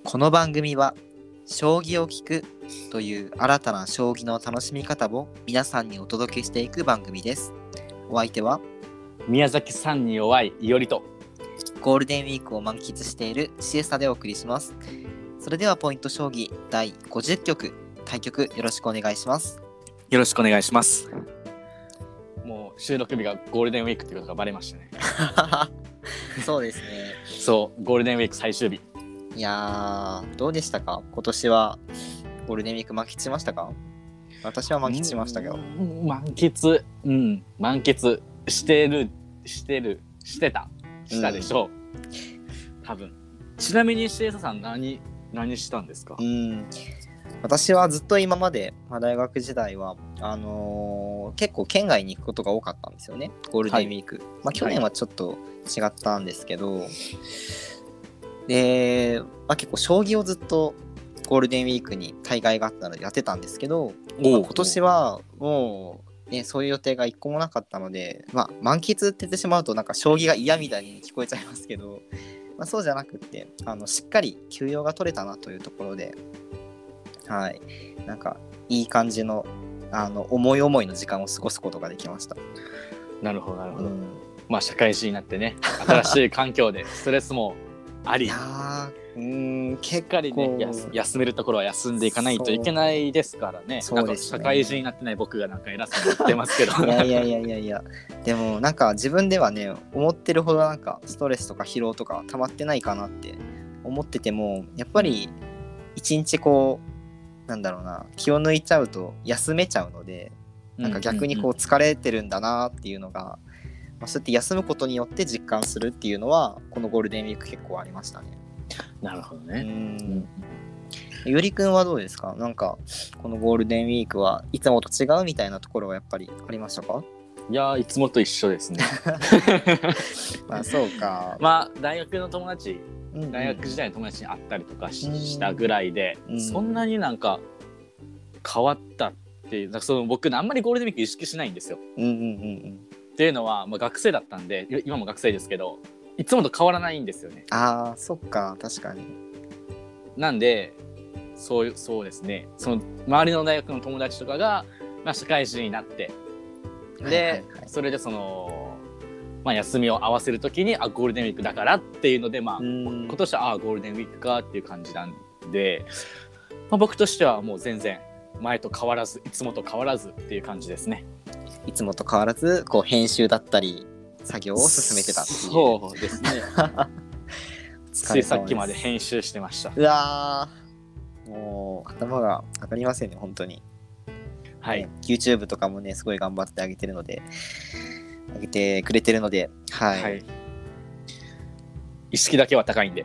この番組は将棋を聞くという新たな将棋の楽しみ方を皆さんにお届けしていく番組です。お相手は宮崎さんに弱いいおりとゴールデンウィークを満喫しているシエスタでお送りします。それではポイント将棋第50局対局よろしくお願いします。 よろしくお願いします。もう収録日がゴールデンウィークってことがバレましたね。 そうですね。 そうゴールデンウィーク最終日。 いやーどうでしたか？今年はゴールデンウィーク満喫しましたか？私は満喫しましたけど。 満喫してたでしょう、多分。ちなみにシエサさん何したんですか？ 私はずっと今まで、大学時代は結構県外に行くことが多かったんですよね、ゴールデンウィーク。去年はちょっと違ったんですけど、で、結構将棋をずっとゴールデンウィークに大会があったのでやってたんですけど、今年はもう、ね、そういう予定が一個もなかったので、満喫って言ってしまうとなんか将棋が嫌みたいに聞こえちゃいますけど、そうじゃなくってしっかり休養が取れたなというところで、なんかいい感じの思い思いの時間を過ごすことができました。 なるほどなるほど。社会人になってね、新しい環境でストレスもあり、しっかりね休めるところは休んでいかないといけないですからね。なんか社会人になってない僕がなんか偉そうに言ってますけどいやでもなんか自分ではね、思ってるほどなんかストレスとか疲労とか溜まってないかなって思ってても、やっぱり一日こうなんだろうな、気を抜いちゃうと休めちゃうので、なんか逆にこう疲れてるんだなっていうのが、そうやって休むことによって実感するっていうのはこのゴールデンウィーク結構ありましたね。 なるほどね。 よりくんはどうですか？なんかこのゴールデンウィークはいつもと違うみたいなところはやっぱりありましたか？ いやいつもと一緒ですね。 そうか。 大学の友達、大学時代の友達に会ったりとかしたぐらいで、そんなになんか変わったっていう、僕あんまりゴールデンウィーク意識しないんですよ。っていうのは、学生だったんで、今も学生ですけど、いつもと変わらないんですよね。 そっか、確かに。 なんでそうですね、その周りの大学の友達とかが、社会人になって、で、それでその、休みを合わせるときにゴールデンウィークだからっていうので、今年はゴールデンウィークかっていう感じなんで、僕としてはもう全然前と変わらず、いつもと変わらずっていう感じですね。 いつもと変わらずこう編集だったり作業を進めてたっていう。 そうですね。ついさっきまで編集してました。 うわー、もう頭が上がりませんね、本当に。YouTube とかもね、すごい頑張ってあげてくれてるので、 意識だけは高いんで。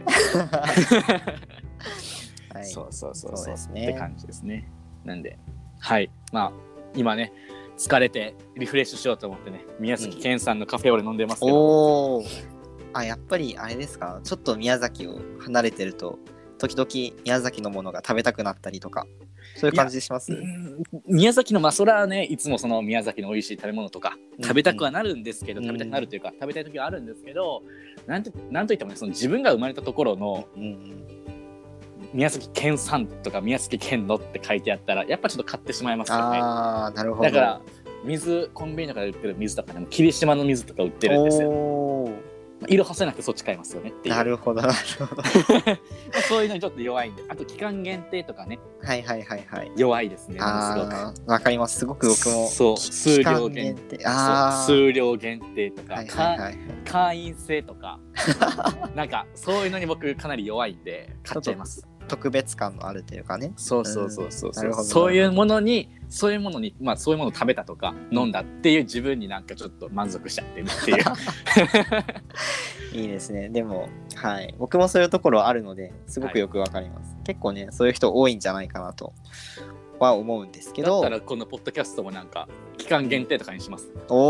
そうですねって感じですね。なんで今ね疲れてリフレッシュしようと思ってね、宮崎県産のカフェオレ飲んでますけど、 やっぱりあれですか？ちょっと宮崎を離れてると時々宮崎のものが食べたくなったりとか、そういう感じします？ 宮崎のそれはね、いつもその宮崎の美味しい食べ物とか食べたくはなるんですけど、食べたくなるというか食べたい時はあるんですけど、なんといってもね、その自分が生まれたところの宮崎県産とか宮崎県のって書いてあったらやっぱちょっと買ってしまいますよね。 なるほど。 だからコンビニとかで売ってる水とかでも霧島の水とか売ってるんですよ。色褪せなくてそっち買いますよねっていう。 なるほどそういうのにちょっと弱いんで、あと期間限定とかね、弱いですね。すごくわかります。すごく僕も数量限定とか、会員制とかなんかそういうのに僕かなり弱いんで買っちゃいます。 特別感のあるというかね。 そういうものにそういうものを食べたとか飲んだっていう自分になんかちょっと満足しちゃってるっていう。 いいですね。でも僕もそういうところはあるのですごくよくわかります。結構ね、そういう人多いんじゃないかなとは思うんですけど。 だったらこのポッドキャストもなんか期間限定とかにします。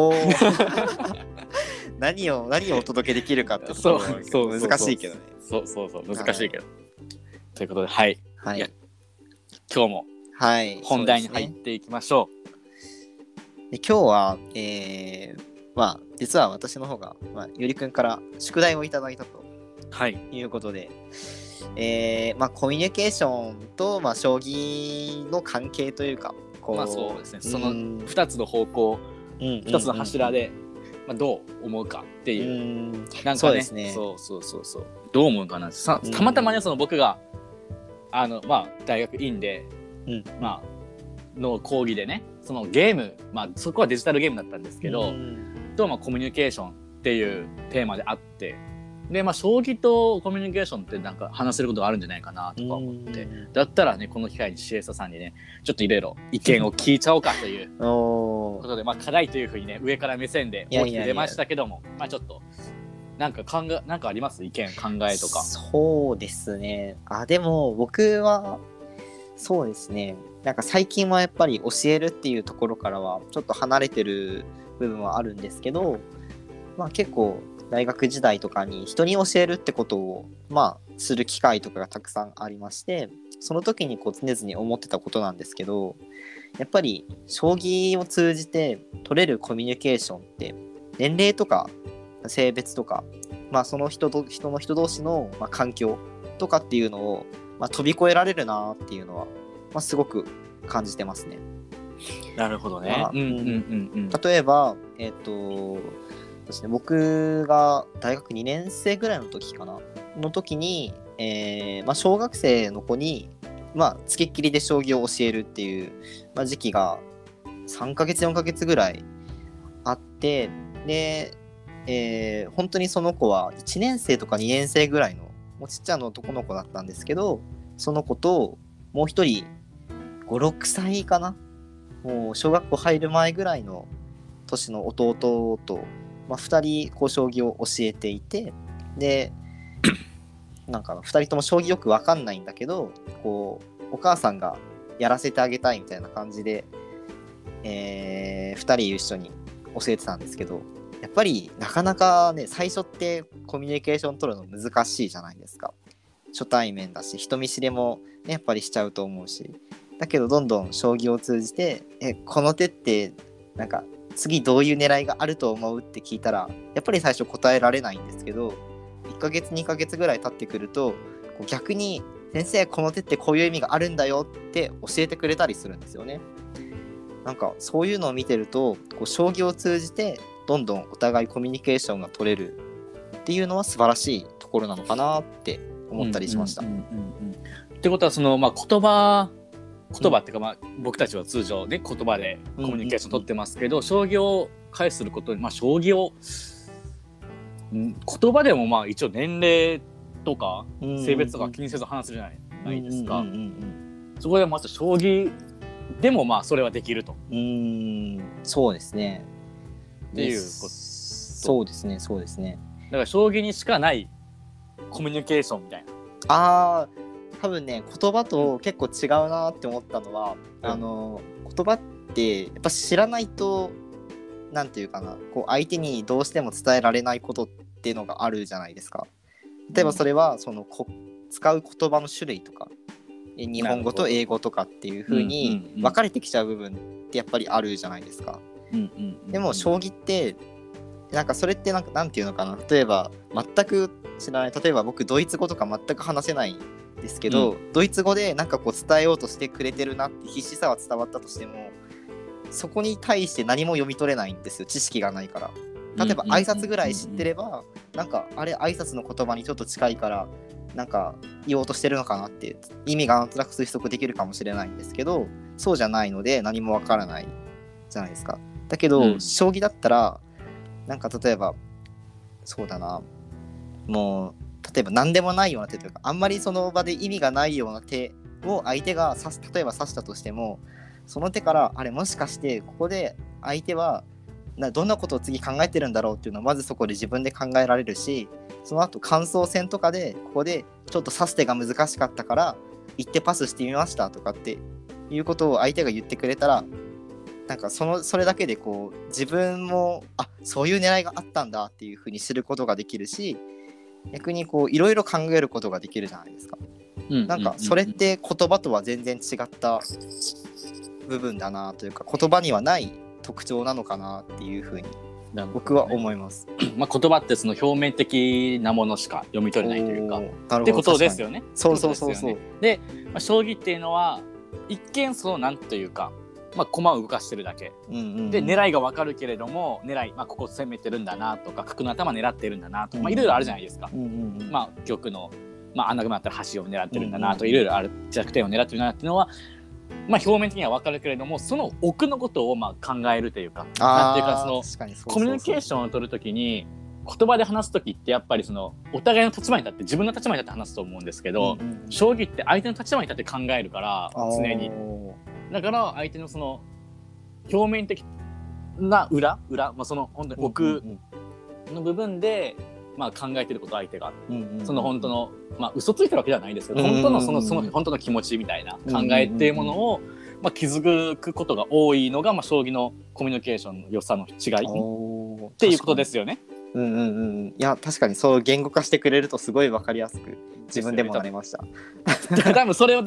何をお届けできるかってところは難しいけどね。 難しいけど。ということで今日も本題に入っていきましょう。 で今日は、実は私の方が、ゆりくんから宿題をいただいたということで、 まあ、コミュニケーションと、まあ、将棋の関係というかこう、 まあそうですね、その2つの方向、2つの柱で、まあ、どう思うかっていう、なんかね、そうですね、そうどう思うかな、たまたまね、その僕がまあ大学院で、まあの講義でね、そのゲーム、まあそこはデジタルゲームだったんですけど、とまあコミュニケーションっていうテーマであって、でまあ将棋とコミュニケーションってなんか話せることがあるんじゃないかなとか思って、だったらねこの機会にシエサさんにねちょっといろいろ意見を聞いちゃおうかということで、まあ課題というふうにね上から目線で大きく出ましたけども、まあちょっとなんかあります？意見考えとか。 そうですね。でも僕はそうですね、なんか最近はやっぱり教えるっていうところからはちょっと離れてる部分はあるんですけど、まあ結構大学時代とかに人に教えるってことをまあする機会とかがたくさんありまして、その時にこう常々思ってたことなんですけど、やっぱり将棋を通じて取れるコミュニケーションって年齢とか性別とか、まあその人の人同士のまあ環境とかっていうのをまあ飛び越えられるなっていうのは、まあ、すごく感じてますね。 なるほどね。 例えばですね、僕が大学2年生ぐらいの時かなの時に、まあ、小学生の子に、まあ、つきっきりで将棋を教えるっていう、まあ、時期が3ヶ月4ヶ月ぐらいあって、で、本当にその子は1年生とか2年生ぐらいのもうちっちゃな男の子だったんですけど、その子ともう一人5、6歳かな、もう小学校入る前ぐらいの年の弟と、まあ、2人こう将棋を教えていて、でなんか2人とも将棋よく分かんないんだけど、こうお母さんがやらせてあげたいみたいな感じで、2人一緒に教えてたんですけど、やっぱりなかなかね最初ってコミュニケーション取るの難しいじゃないですか。初対面だし人見知りも、ね、やっぱりしちゃうと思うし、だけどどんどん将棋を通じてこの手ってなんか次どういう狙いがあると思うって聞いたらやっぱり最初答えられないんですけど、1ヶ月2ヶ月ぐらい経ってくるとこう逆に先生この手ってこういう意味があるんだよって教えてくれたりするんですよね。なんかそういうのを見てるとこう将棋を通じてどんどんお互いコミュニケーションが取れるっていうのは素晴らしいところなのかなって思ったりしました。 ってことはその、まあ、言葉っていうか、まあ、僕たちは通常ね言葉でコミュニケーション取ってますけど、将棋を介することに、まあ、将棋を言葉でもまあ一応年齢とか性別とか気にせず話すじゃないですか。そこでまた将棋でもまあそれはできると。 そうですね。 っていうこと。 そうですね。 だから将棋にしかないコミュニケーションみたいな。 多分ね言葉と結構違うなって思ったのは、言葉ってやっぱ知らないとなんていうかな、こう相手にどうしても伝えられないことっていうのがあるじゃないですか。例えばそれはその使う言葉の種類とか、日本語と英語とかっていう風に分かれてきちゃう部分ってやっぱりあるじゃないですか。でも将棋ってなんかそれってなんていうのかな、例えば全く知らない、例えば僕ドイツ語とか全く話せないんですけど、ドイツ語でなんかこう伝えようとしてくれてるなって必死さは伝わったとしても、そこに対して何も読み取れないんですよ、知識がないから。例えば挨拶ぐらい知ってれば、なんかあれ挨拶の言葉にちょっと近いからなんか言おうとしてるのかなって意味がなんとなく推測できるかもしれないんですけど、そうじゃないので何もわからないじゃないですか。だけど、将棋だったらなんか例えばそうだな、もう例えば何でもないような手というか、あんまりその場で意味がないような手を相手が例えば指したとしても、その手からあれもしかしてここで相手はどんなことを次考えてるんだろうっていうのをまずそこで自分で考えられるし、その後感想戦とかでここでちょっと指す手が難しかったから言ってパスしてみましたとかっていうことを相手が言ってくれたら、なんかそれだけでこう自分もそういう狙いがあったんだっていうふうに知ることができるし、逆にこういろいろ考えることができるじゃないですか。なんかそれって言葉とは全然違った部分だなというか、言葉にはない特徴なのかなっていうふうに僕は思います。 まあ言葉ってその表面的なものしか読み取れないというかってことですよね。 そうそうそうそう。 で、まあ、将棋っていうのは一見そのなんというか、まあ、駒を動かしてるだけ、で狙いが分かるけれども狙い、まあ、ここ攻めてるんだなとか角の頭狙ってるんだなとか、まあ、いろいろあるじゃないですか。まあ玉の、まあ、穴熊だったら端を狙ってるんだなといろいろある弱点を狙ってるなっていうのは、まあ、表面的には分かるけれどもその奥のことをまあ考えるというかなんていうかそのコミュニケーションを取るときに言葉で話すときってやっぱりそのお互いの立場に立って自分の立場に立って話すと思うんですけど、将棋って相手の立場に立って考えるから常にだから相手のその表面的な裏、まあ、その本当に奥の部分で、まあ、考えてること相手が、その本当の、まあ、嘘ついてるわけではないですけど、本当のその本当の気持ちみたいな考えっていうものを、まあ、気づくことが多いのが、まあ、将棋のコミュニケーションの良さの違いっていうことですよね。 いや確かにそう言語化してくれるとすごい分かりやすく自分でもなりました。 多分それを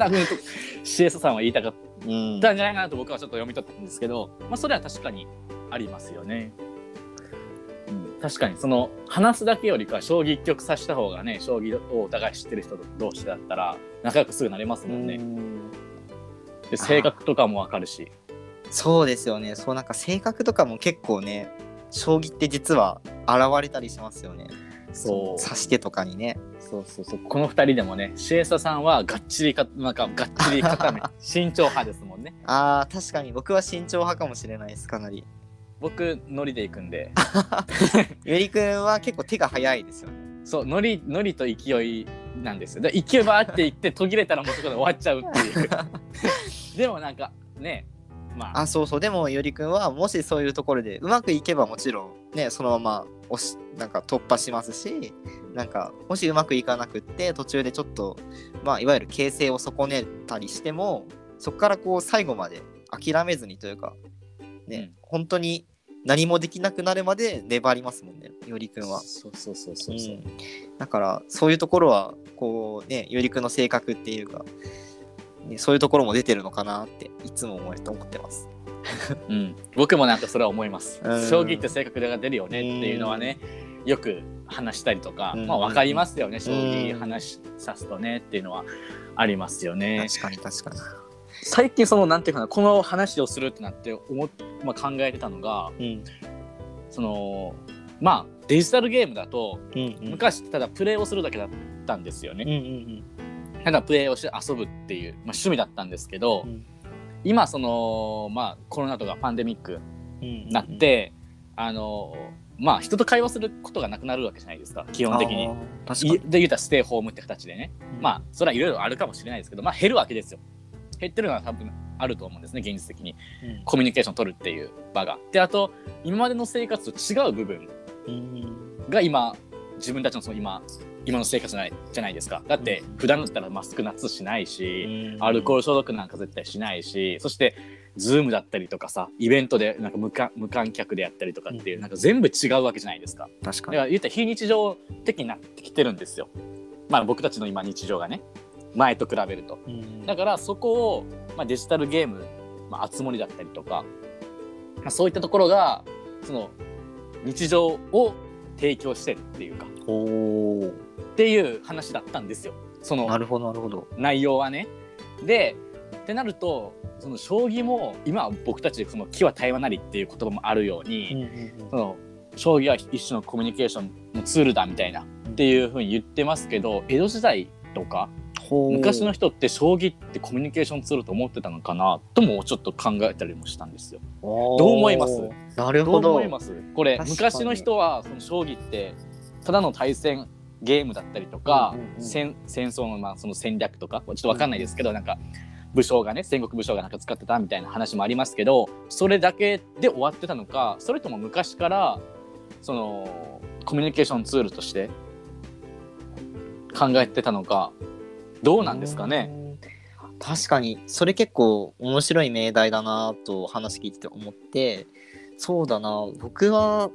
CS さんは言いたかったんじゃないかなと僕はちょっと読み取ったんですけど、まあ、それは確かにありますよね。確かにその話すだけよりか将棋一局指した方がね将棋をお互い知ってる人同士だったら仲良くすぐなれますもんね。で性格とかも分かるし。 そうですよね。そうなんか性格とかも結構ね将棋って実は現れたりしますよね。そう指し手とかにね。 そうこの2人でもねシエサさんはがっちり固め慎重派ですもんね。 あー確かに僕は慎重派かもしれないです。かなり僕ノリで行くんでゆりくんは結構手が早いですよね。 そうノリと勢いなんですよ。で勢いばーっていって途切れたらもうそこで終わっちゃうっていうでもなんかねまあそうでもゆりくんはもしそういうところでうまくいけばもちろんねそのままなんか突破しますし、なんかもしうまくいかなくって途中でちょっとまあいわゆる形勢を損ねたりしてもそこからこう最後まで諦めずにというかね、本当に何もできなくなるまで粘りますもんねよりくんは。そう、だからそういうところはこうねよりくんの性格っていうか、ね、そういうところも出てるのかなっていつも思ってます。 僕もなんかそれは思います。将棋って性格が出るよねっていうのはねよく話したりとか、まあ分かりますよね。将棋話さすとねっていうのはありますよね。 確かに最近そのなんていうかなこの話をするってなって考えてたのが、そのまあデジタルゲームだと、昔ただプレイをするだけだったんですよね。ただプレイをして遊ぶっていう、まあ、趣味だったんですけど、今そのまあコロナとかパンデミックになって、まあ人と会話することがなくなるわけじゃないですか基本的に。で言うたらステイホームって形でね、まあそれはいろいろあるかもしれないですけど、まあ減るわけですよ。減ってるのは多分あると思うんですね現実的に、コミュニケーション取るっていう場が。であと今までの生活と違う部分が今自分たちのその今の生活じゃないですか。だって普段だったらマスク夏しないし、アルコール消毒なんか絶対しないし、そしてズームだったりとかさイベントでなんか無観客でやったりとかっていう、なんか全部違うわけじゃないですか。 確かに。 だから言ったら非日常的になってきてるんですよ。まあ僕たちの今日常がね前と比べると。だからそこを、まあ、デジタルゲーム、まあ、あつ森だったりとか、まあ、そういったところがその日常を提供してるっていうかっていう話だったんですよ。そのなるほど内容はね。でってなるとその将棋も今は僕たちその機は対話なりっていう言葉もあるように、その将棋は一種のコミュニケーションのツールだみたいなっていうふうに言ってますけど、江戸時代とか昔の人って将棋ってコミュニケーションツールと思ってたのかなともちょっと考えたりもしたんですよ。どう思います？ なるほど。 どう思います？これ昔の人はその将棋ってただの対戦ゲームだったりとか、戦争のまあその戦略とかちょっと分かんないですけど、なんか武将がね戦国武将がなんか使ってたみたいな話もありますけど、それだけで終わってたのか、それとも昔からそのコミュニケーションツールとして考えてたのかどうなんですかね。 確かにそれ結構面白い命題だなと話聞いてて思って、そうだな僕は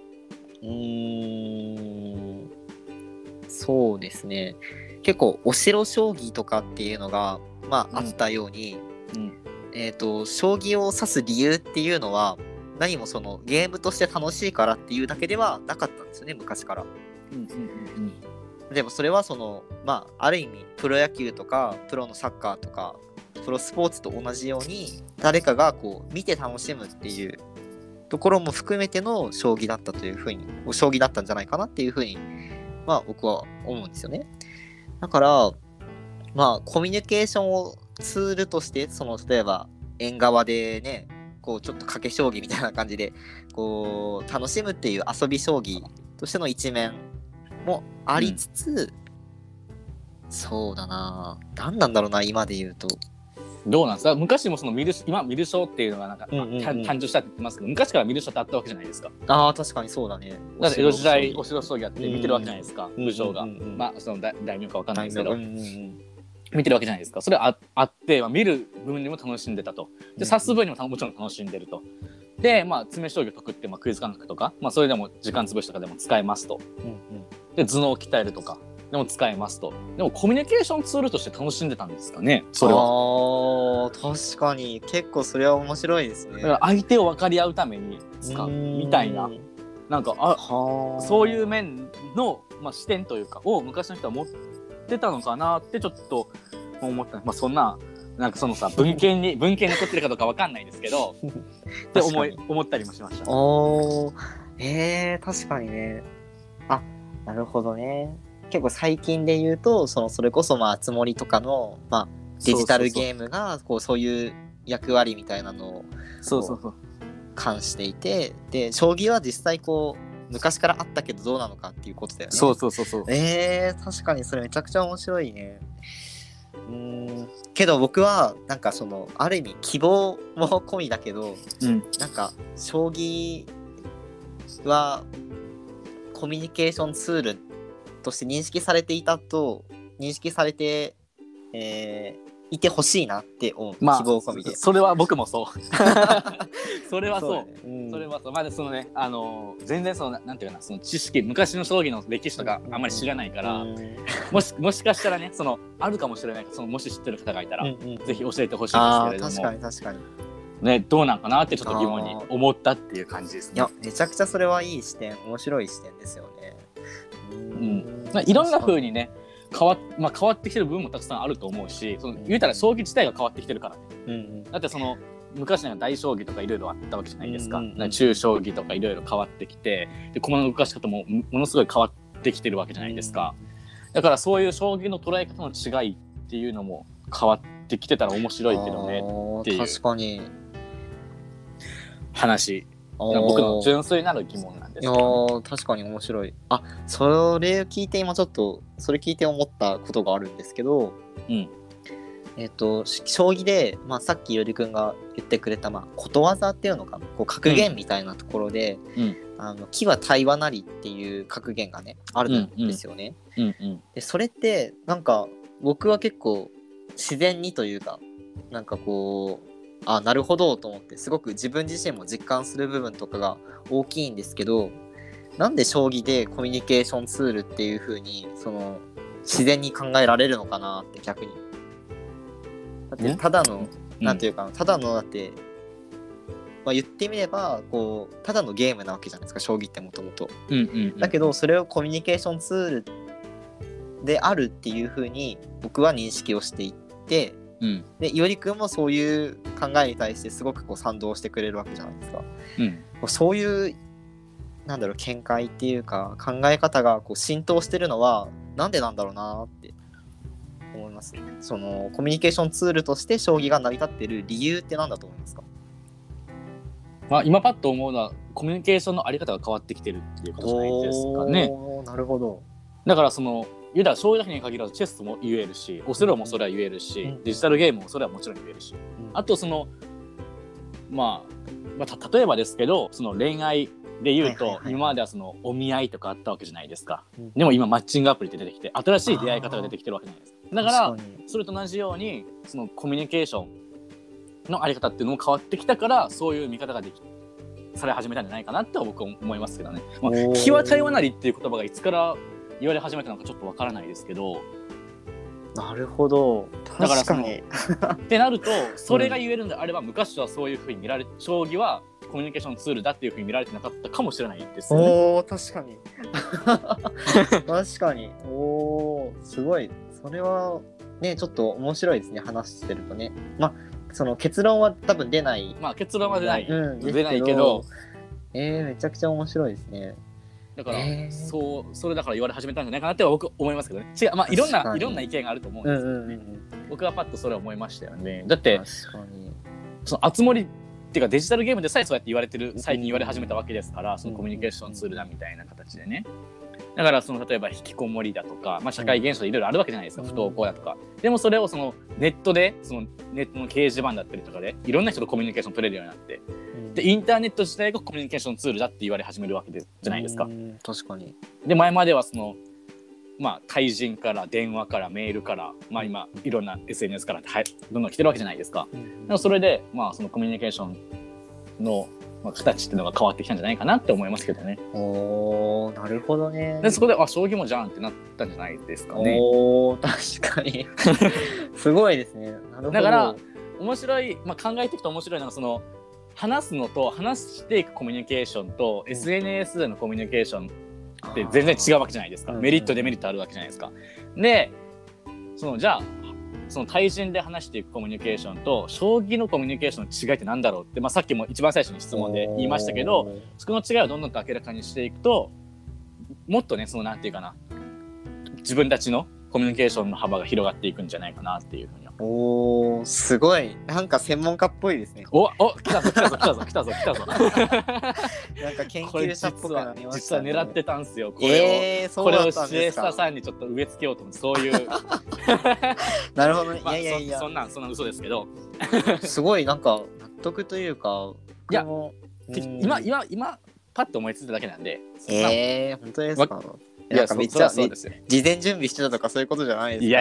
そうですね結構お城将棋とかっていうのがまああったように、将棋を指す理由っていうのは何もそのゲームとして楽しいからっていうだけではなかったんですよね、昔から。でもそれはそのある意味プロ野球とかプロのサッカーとかプロスポーツと同じように誰かがこう見て楽しむっていうところも含めての将棋だったというふうに将棋だったんじゃないかなっていうふうに僕は思うんですよね。だからコミュニケーションをツールとしてその例えば縁側でねこうちょっと賭け将棋みたいな感じでこう楽しむっていう遊び将棋としての一面もありつつ、そうだな、何なんだろうな今で言うとどうなんですか。昔もその今見る将っていうのがなんか、誕生したって言ってますけど、昔から見る将ってあったわけじゃないですか。 確かにそうだね。 だって江戸時代お城将棋やって見てるわけじゃないですか、武将が、その大名か分かんないですけど、見てるわけじゃないですか。それあって、見る分にも楽しんでたと。で指す分にももちろん楽しんでると。で詰将棋を解くって、クイズ感覚とか、それでも時間潰しとかでも使えますと。で頭脳を鍛えるとかでも使えますと。でもコミュニケーションツールとして楽しんでたんですかね、それは。 確かに結構それは面白いですね。 だから相手を分かり合うために使うみたいな、なんかそういう面の、視点というかを昔の人は持ってたのかなってちょっと思った。そんななんかそのさ文献に残ってるかどうか分かんないですけどって思ったりもしました。 確かにね。なるほどね。結構最近で言うとそれこそつもりとかのデジタルゲームがそういう役割みたいなのを冠していて、で将棋は実際昔からあったけどどうなのかっていうことだよね。 そう確かにそれめちゃくちゃ面白いね。けど僕はなんかある意味希望も込みだけど、なんか将棋はコミュニケーションツールとして認識されていてほしいなって思う、希望込みで。 それは僕もそうそれはそう、それはそう。そのね全然なんていうかな、その知識、昔の将棋の歴史とかあんまり知らないから、もしかしたらねあるかもしれないから、もし知ってる方がいたら、ぜひ教えてほしいんですけれども。 確かにね、どうなんかなってちょっと疑問に思ったっていう感じですね。 いやめちゃくちゃそれはいい視点、面白い視点ですよね。 いろんな風にね変わってきてる部分もたくさんあると思うし、言うたら将棋自体が変わってきてるからね。だって昔には大将棋とかいろいろあったわけじゃないですか。中将棋とかいろいろ変わってきて、で駒の動かし方もものすごい変わってきてるわけじゃないですか。だからそういう将棋の捉え方の違いっていうのも変わってきてたら面白いけどねっていう。 確かに話、僕の純粋なる疑問なんですけど、 確かに面白い。それ聞いて今ちょっとそれ聞いて思ったことがあるんですけど、将棋で、さっきよりくんが言ってくれた、ことわざっていうのかな、格言みたいなところで、木は対話なりっていう格言がねあるんですよね。でそれってなんか僕は結構自然にというか、なんかなるほどと思って、すごく自分自身も実感する部分とかが大きいんですけど、なんで将棋でコミュニケーションツールっていう風に自然に考えられるのかなって。逆にだってただのなんていうかな、ただのだって言ってみればただのゲームなわけじゃないですか、将棋ってもともと。だけどそれをコミュニケーションツールであるっていう風に僕は認識をしていって、でいおりくんもそういう考えに対してすごく賛同してくれるわけじゃないですか。そういう見解っていうか考え方が浸透してるのはなんでなんだろうなって思いますね。コミュニケーションツールとして将棋が成り立ってる理由って何だと思いますか？ 今パッと思うのはコミュニケーションのあり方が変わってきてるっていうことじゃないですかね。 なるほど。 だから言うたら将棋だけに限らずチェスも言えるし、オセロもそれは言えるし、デジタルゲームもそれはもちろん言えるし、あと例えばですけど恋愛で言うと、今まではお見合いとかあったわけじゃないですか。でも今マッチングアプリって出てきて新しい出会い方が出てきてるわけじゃないですか。だからそれと同じようにコミュニケーションのあり方っていうのも変わってきたから、そういう見方がされ始めたんじゃないかなって僕は思いますけどね。気は対話なりっていう言葉がいつから言われ始めたのかちょっとわからないですけど、 なるほど。 だから確かに。 ってなるとそれが言えるんであれば、昔はそういうふうに見られ将棋はコミュニケーションツールだっていうふうに見られてなかったかもしれないですよね。 おー、確かに。確かに。おー、すごい。それはね、ちょっと面白いですね、話してるとね。まあ、その結論は多分出ない。 まあ結論は出ない、 出ないけど、 めちゃくちゃ面白いですね。 だから、それだから言われ始めたんじゃないかなって僕思いますけどね。違う、まあいろんな意見があると思うんですけどね。僕はパッとそれは思いましたよね。だって確かにその熱盛っていうかデジタルゲームでさえそうやって言われてる、最近言われ始めたわけですから、そのコミュニケーションツールだみたいな形でね。だからその例えば引きこもりだとか、まあ、社会現象でいろいろあるわけじゃないですか、不登校だとか。でもそれをそのネットでそのネットの掲示板だったりとかでいろんな人とコミュニケーション取れるようになって、でインターネット自体がコミュニケーションツールだって言われ始めるわけじゃないですか。 確かに。 で前まではそのまあ対人から電話からメールから、まあ、今いろんな SNS からどんどん来てるわけじゃないですか。でもそれでまあそのコミュニケーションの形っていうのが変わってきたんじゃないかなって思いますけどね。 おー、なるほどね。 でそこで将棋もじゃんってなったんじゃないですかね。 おー、確かに。すごいですね。なるほど。 だから面白い、まあ、考えていくと面白いのがその話すのと話していくコミュニケーションと、SNS でのコミュニケーションって全然違うわけじゃないですか。メリットデメリットあるわけじゃないですか。でじゃあその対人で話していくコミュニケーションと将棋のコミュニケーションの違いって何だろうって、まあ、さっきも一番最初に質問で言いましたけど、その違いをどんどんと明らかにしていくともっとねそのなんていうかな、自分たちのコミュニケーションの幅が広がっていくんじゃないかなっていうふうには。 おー、すごい。なんか専門家っぽいですね。 お来たぞなんか研究者っぽくなりましたね。 実は狙ってたんですよ。これをシエスタさんにちょっと植え付けようと思って、そういうなるほどね。 まあ、 いやそんな嘘ですけどすごいなんか納得というか、 いや今パッと思いついただけなんで。 本当ですか。 なんかめっちゃ事前準備してたとかそういうことじゃないですか。 いや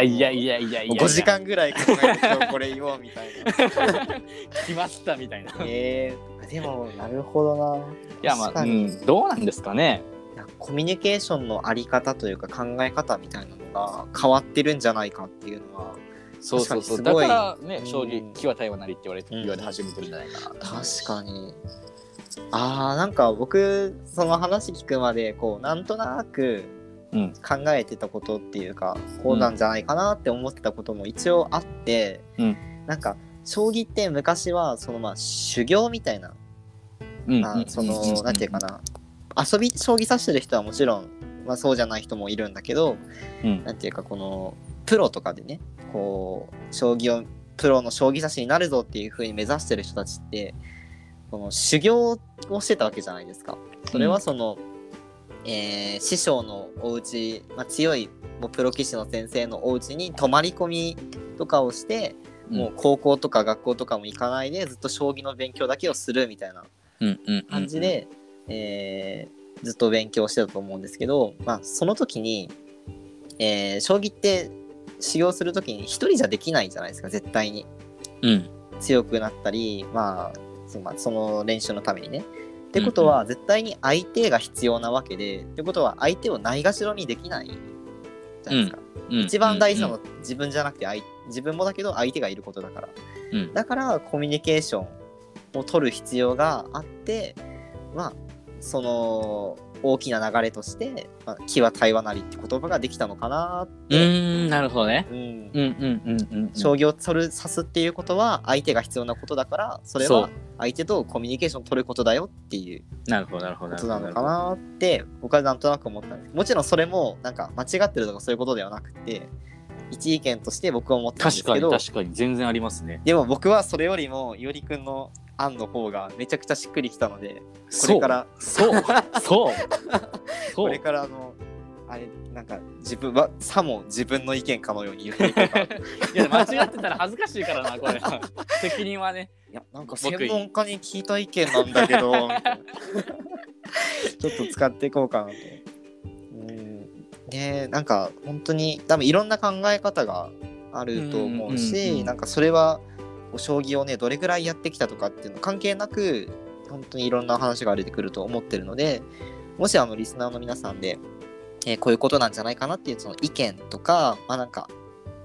5時間ぐらい考えて今日これ言おうみたいな来ましたみたいな。 でもなるほどな。 いやまあ、どうなんですかね。 コミュニケーションのあり方というか考え方みたいなのが変わってるんじゃないかっていうのは、 そうだからね、将棋気は体はなりって言われ始めてるんじゃないかな。 確かに。なんか僕その話聞くまでこうなんとなく考えてたことっていうか、こうなんじゃないかなって思ってたことも一応あって、なんか将棋って昔はそのまあ修行みたいな、そのなんていうかな、将棋指してる人はもちろん、まあ、そうじゃない人もいるんだけど、なんていうかこのプロとかでね、こうプロの将棋指しになるぞっていう風に目指してる人たちってこの修行をしてたわけじゃないですか。それはその、師匠のお家、強いもうプロ棋士の先生のお家に泊まり込みとかをして、もう高校とか学校とかも行かないでずっと将棋の勉強だけをするみたいな感じでずっと勉強してたと思うんですけど、その時に、将棋って修行する時に一人じゃできないじゃないですか、絶対に。強くなったり、その練習のためにね。ってことは絶対に相手が必要なわけで、ってことは相手をないがしろにできないじゃないですか。一番大事なのは自分じゃなくて自分もだけど相手がいることだから。だからコミュニケーションを取る必要があって、その大きな流れとして「気は対話なり」って言葉ができたのかなって。 なるほどね。 将棋を指すっていうことは相手が必要なことだから、それは相手とコミュニケーションを取ることだよっていうことなのかなって僕はなんとなく思ったんです。もちろんそれもなんか間違ってるとかそういうことではなくて、一意見として僕は思ったんですけど、 確かに全然ありますね。 でも僕はそれよりもいおりくんの案の方がめちゃくちゃしっくりきたので、これからこれからあれなんか自分はさも自分の意見かのように言っていくかいや間違ってたら恥ずかしいからなこれ責任はね。 いやなんか専門家に聞いた意見なんだけどみたいなちょっと使っていこうかなと。でなんか本当に多分いろんな考え方があると思うし、なんかそれは将棋をねどれぐらいやってきたとかっていうの関係なく本当にいろんな話が出てくると思ってるので、もしリスナーの皆さんで、こういうことなんじゃないかなっていうその意見とか、なんか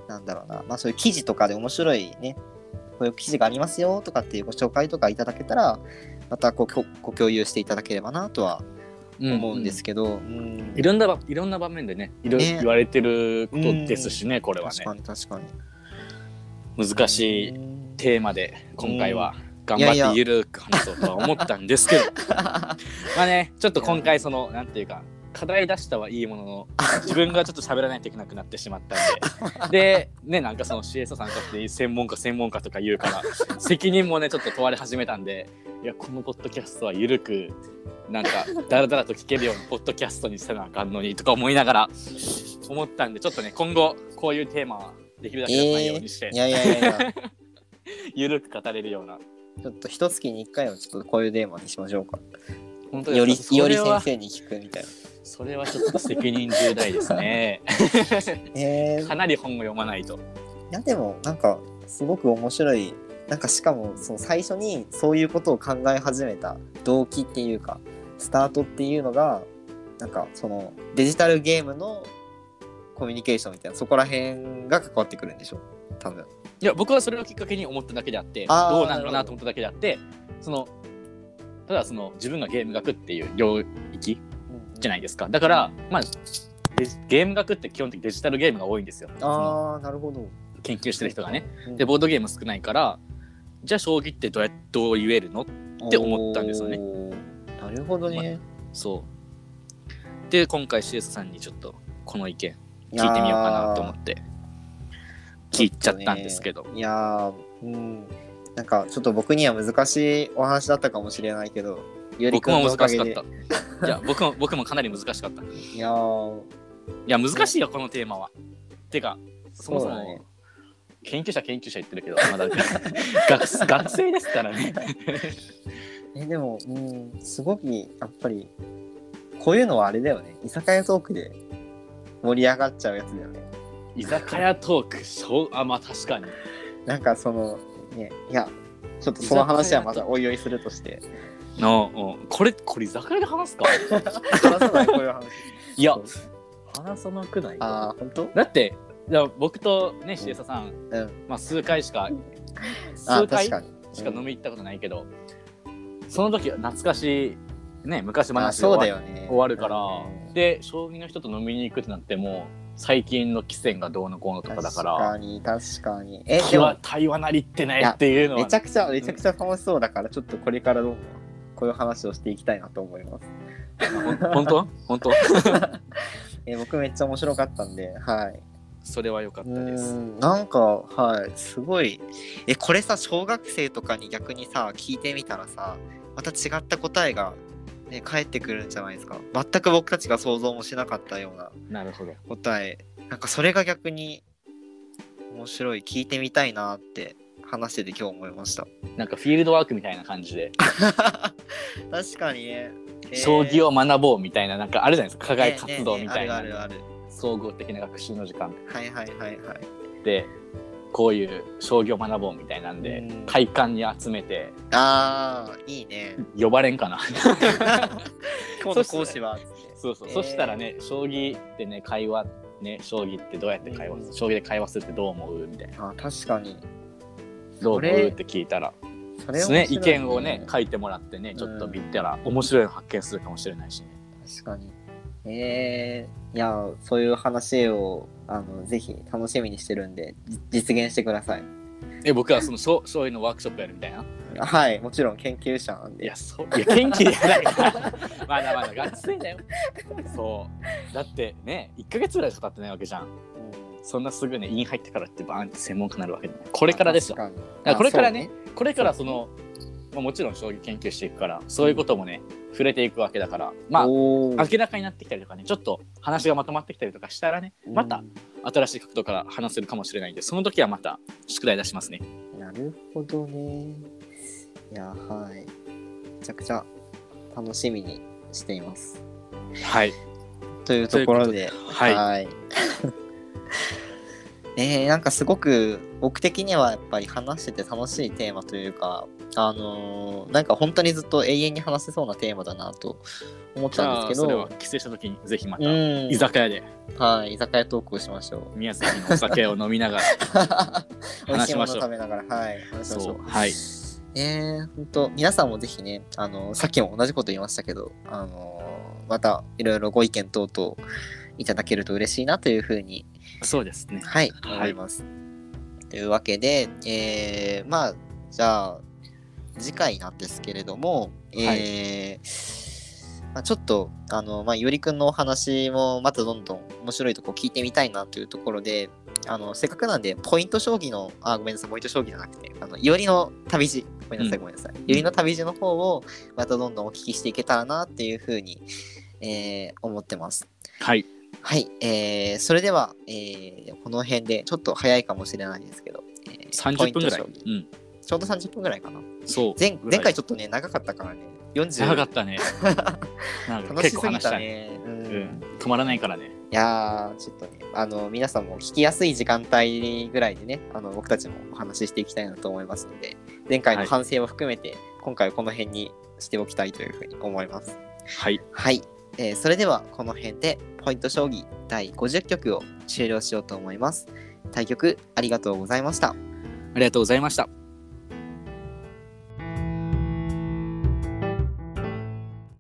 なんだろうな、まあそういう記事とかで面白いね、こういう記事がありますよとかっていうご紹介とかいただけたら、またご共有していただければなとは思うんですけど、 いろんな場面でね、言われてることですしね、これはね。 確かに難しいテーマで今回は頑張ってゆるく話そうとは思ったんですけどまあね、ちょっと今回なんていうか課題出したはいいものの自分がちょっと喋らないといけなくなってしまったんででね、なんかその CS さんかって専門家とか言うから責任もねちょっと問われ始めたんで、いやこのポッドキャストはゆるくなんかだらだらと聞けるようなポッドキャストにせなあかんのにとか思いながら思ったんで、ちょっとね今後こういうテーマはできるだけ出さないようにして、 いやゆるく語れるような、 ちょっと一月に1回はちょっとこういうテーマにしましょうか。 本当より先生に聞くみたいな。 それはちょっと責任重大ですねかなり本を読まないと。 いやでもなんかすごく面白い、なんかしかもその最初にそういうことを考え始めた動機っていうかスタートっていうのがなんかそのデジタルゲームのコミュニケーションみたいな、そこら辺が関わってくるんでしょ多分。 いや僕はそれをきっかけに思っただけであって、どうなんかなと思っただけであって、ただ自分がゲーム学っていう領域じゃないですか。だからまあゲーム学って基本的にデジタルゲームが多いんですよ。 なるほど。 研究してる人がね。でボードゲーム少ないから、じゃあ将棋ってどう言えるのって思ったんですよね。 なるほどね。 そうで今回 CS さんにちょっとこの意見聞いてみようかなと思って聞いちゃったんですけど、 いやなんかちょっと僕には難しいお話だったかもしれないけど、 僕も難しかった。いや僕もかなり難しかった。いや難しいよこのテーマは。てかそもそも研究者言ってるけどまだ学生ですからねでもすごくやっぱりこういうのはあれだよね、居酒屋トークで盛り上がっちゃうやつだよね。 居酒屋トークまあ確かになんかね、いやちょっとその話はまたおいおいするとしてこれ居酒屋で話すか話さないこういう話いや話さなくない？ 本当？ だって僕とねしえささん、まあ数回しか飲み行ったことないけど、その時は懐かしいね昔話が終わるから、で将棋の人と飲みに行くってなっても最近の棋戦がどうのこうのとかだから、 確かに対話なりってねっていうのはめちゃくちゃ楽しそうだから、ちょっとこれからどんどんこういう話をしていきたいなと思います本当僕めっちゃ面白かったんで、 それは良かったです。 なんかすごいこれさ小学生とかに逆にさ聞いてみたらさまた違った答えが返ってくるんじゃないですか。全く僕たちが想像もしなかったような答え。なんかそれが逆に面白い、聞いてみたいなって話してて今日思いました。 なんかフィールドワークみたいな感じで確かにね、 将棋を学ぼうみたいな、なんかあるじゃないですか、課外活動みたいな、 ある総合的な学習の時間はいでこういう将棋を学ぼうみたいなんで会館に集めて、 いいね、 呼ばれんかな今日の講師はそうそしたらね、将棋ってね会話ね、将棋ってどうやって会話する、将棋で会話するってどう思うみたいな、 確かにどう思うって聞いたら意見をね書いてもらってね、ちょっと見たら面白いの発見するかもしれないしね。 確かにいやそういう話をぜひ楽しみにしてるんで実現してください。 僕はその将棋のワークショップやるみたいな。 はい、もちろん研究者なんで。 いや研究じゃないからまだ学生だよそうだってね1ヶ月ぐらいしか経ってないわけじゃん、そんなすぐね院入ってからってバーンって専門家になるわけじゃない。これからですよ。だからこれからね、これからもちろん将棋研究していくからそういうこともね、触れていくわけだから、まあ明らかになってきたりとかね、ちょっと話がまとまってきたりとかしたらね、また新しい角度から話せるかもしれないんで、その時はまた宿題出しますね。 なるほどね。いやめちゃくちゃ楽しみにしています。 はい。 というところで、 なんかすごく僕的にはやっぱり話してて楽しいテーマというか、なんか本当にずっと永遠に話せそうなテーマだなと思ったんですけど、 それは帰省した時にぜひまたうん居酒屋ではい、居酒屋トークをしましょう。 宮崎のお酒を飲みながら美味しいもの話しましょう。 食べながら、はい、話しましょう。 はい。 本当皆さんもぜひね、さっきも同じこと言いましたけど、またいろいろご意見等々いただけると嬉しいなというふうに、 そうですね。 はい、 はい思います。というわけで、まあ、じゃあ、次回なんですけれども、まあ、ちょっと、ゆりくんのお話もまたどんどん面白いとこ聞いてみたいなというところで、せっかくなんで、ポイント将棋の、ごめんなさい、ポイント将棋じゃなくて、いおりの旅路、ごめんなさい、ごめんなさい。いおりの旅路の方を、またどんどんお聞きしていけたらなっていうふうに、思ってます。 はい。 はい、それでは、この辺で、ちょっと早いかもしれないですけど、 30分ぐらい。 ポイント将棋ちょうど30分ぐらいかな。 そう。 前回ちょっとね、長かったからね。 長かったね。なんか楽しすぎたね。 止まらないからね。 いやー、ちょっとね、皆さんも聞きやすい時間帯ぐらいでね、僕たちもお話ししていきたいなと思いますので、前回の反省を含めて、今回はこの辺にしておきたいというふうに思います。 はい。 はい。それでは、この辺で、ポイント将棋第50局を終了しようと思います。対局ありがとうございました。 ありがとうございました。